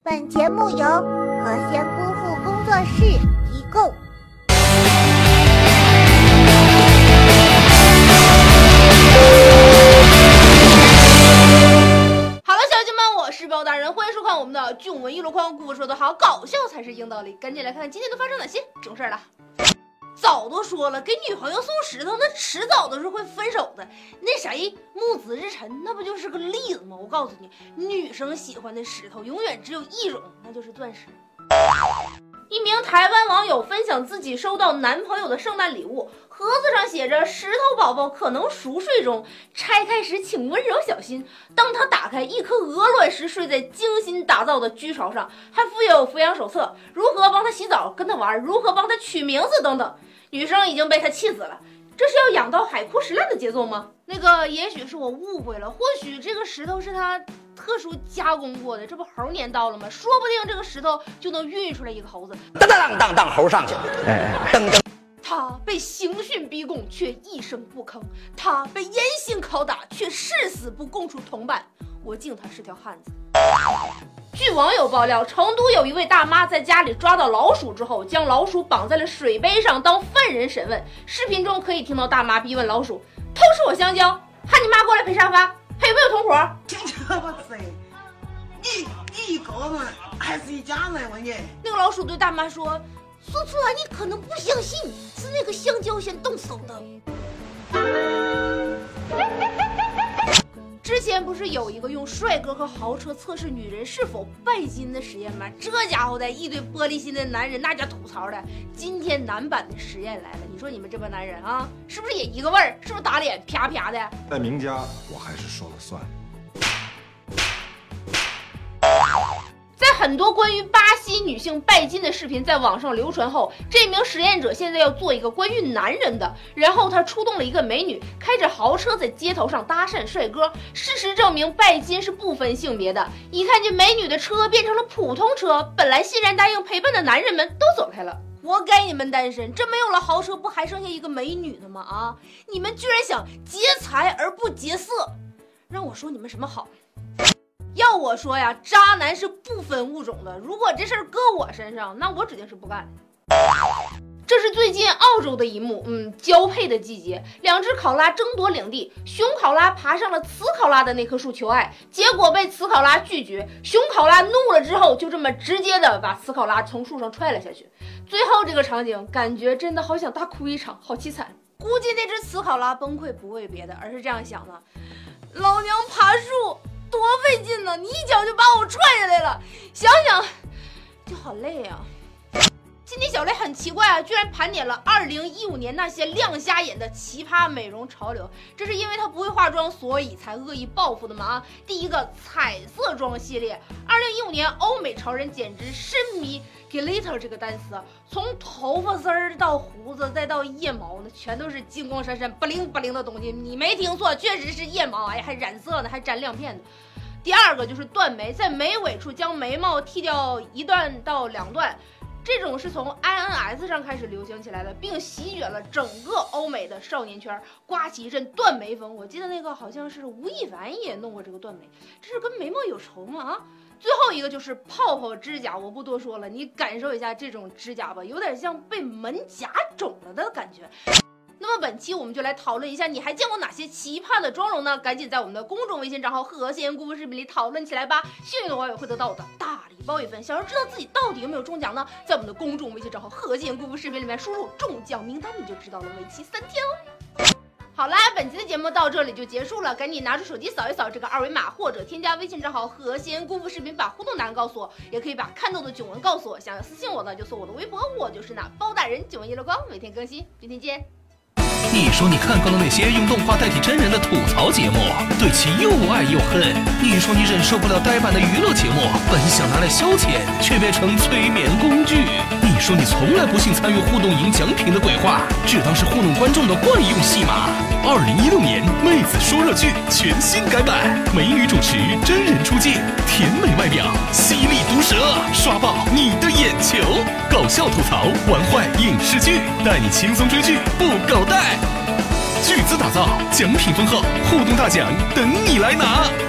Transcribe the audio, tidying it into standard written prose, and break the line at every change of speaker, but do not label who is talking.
本节目由何仙姑父工作室提供。
好了，小姐们，我是包大人，欢迎收看我们的囧文一箩筐，故事说得好，搞笑才是硬道理。赶紧来看看今天都发生哪些囧事了。早都说了，给女朋友送石头，那迟早都是会分手的。那谁，木子日晨，那不就是个例子吗？我告诉你，女生喜欢的石头永远只有一种，那就是钻石。一名台湾网友分享自己收到男朋友的圣诞礼物，盒子上写着石头宝宝可能熟睡中，拆开时请温柔小心。当他打开，一颗鹅卵石睡在精心打造的居巢上，还附有抚养手册，如何帮他洗澡，跟他玩，如何帮他取名字等等。女生已经被他气死了，这是要养到海枯石烂的节奏吗？那个也许是我误会了，或许这个石头是他特殊加工过的，这不猴年到了吗？说不定这个石头就能孕出来一个猴子。
当猴上去了，噔。
他被刑讯逼供却一声不吭，他被严刑拷打却誓死不供出同伴，我敬他是条汉子。据网友爆料，成都有一位大妈在家里抓到老鼠之后，将老鼠绑在了水杯上当犯人审问。视频中可以听到大妈逼问老鼠：“偷吃我香蕉，喊你妈过来赔沙发，还有没有同伙？”
这不是一个人还是一家人？问你，
那个老鼠对大妈说：“说出来你可能不相信，是那个香蕉先动手的。”之前不是有一个用帅哥和豪车测试女人是否拜金的实验吗？这家伙的一堆玻璃心的男人那家吐槽的。今天男版的实验来了，你说你们这帮男人啊，是不是也一个味儿？是不是打脸啪啪的？
在名家，我还是说了算。
在很多关于巴西女性拜金的视频在网上流传后，这名实验者现在要做一个关于男人的，然后他出动了一个美女，开着豪车在街头上搭讪帅哥。事实证明，拜金是不分性别的，一看见美女的车变成了普通车，本来欣然答应陪伴的男人们都走开了。活该你们单身，这没有了豪车不还剩下一个美女呢吗？啊，你们居然想劫财而不劫色，让我说你们什么好？要我说呀，渣男是不分物种的。如果这事儿搁我身上，那我指定是不干。这是最近澳洲的一幕，交配的季节，两只考拉争夺领地，雄考拉爬上了雌考拉的那棵树求爱，结果被雌考拉拒绝。雄考拉怒了之后，就这么直接的把雌考拉从树上踹了下去。最后这个场景，感觉真的好想大哭一场，好凄惨。估计那只雌考拉崩溃不为别的，而是这样想的：老娘爬树多费劲呢，你一脚就把我踹下来了，想想就好累啊。今天小雷很奇怪啊，居然盘点了2015年那些亮瞎眼的奇葩美容潮流。这是因为他不会化妆，所以才恶意报复的吗？啊，第一个彩色妆系列，2015年欧美潮人简直深迷 glitter 这个单词，从头发丝儿到胡子再到腋毛，那全都是金光闪闪、不灵不灵的东西。你没听错，确实是腋毛，哎，还染色呢，还沾亮片的。第二个就是断眉，在眉尾处将眉毛剃掉1段到2段。这种是从 INS 上开始流行起来的，并席卷了整个欧美的少年圈，刮起一阵断眉风。我记得那个好像是吴亦凡也弄过这个断眉，这是跟眉毛有仇吗？啊！最后一个就是泡泡指甲，我不多说了，你感受一下这种指甲吧，有点像被门夹肿了的感觉。那么本期我们就来讨论一下，你还见过哪些奇葩的妆容呢？赶紧在我们的公众微信账号和谐故事视频里讨论起来吧！幸运的网友会得到我的大礼包1份。想要知道自己到底有没有中奖呢？在我们的公众微信账号和谐故事视频里面输入中奖名单，你就知道了。为期3天哦。好啦，本期的节目到这里就结束了，赶紧拿出手机扫一扫这个2维码，或者添加微信账号和谐故事视频，把互动答案告诉我，也可以把看到的囧文告诉我。想要私信我的就搜我的微博，我就是那包大人囧文一箩筐，每天更新，明天见。
你说你看惯了那些用动画代替真人的吐槽节目，对其又爱又恨。你说你忍受不了呆板的娱乐节目，本想拿来消遣，却变成催眠工具。你说你从来不信参与互动赢奖品的鬼话，只当是糊弄观众的惯用戏码。2016年妹子说热剧全新改版，美女主持，真人出镜，甜美外表，犀利毒舌，刷爆你的眼球。搞笑吐槽，玩坏影视剧，带你轻松追剧不搞带。巨资打造，奖品丰厚，互动大奖等你来拿。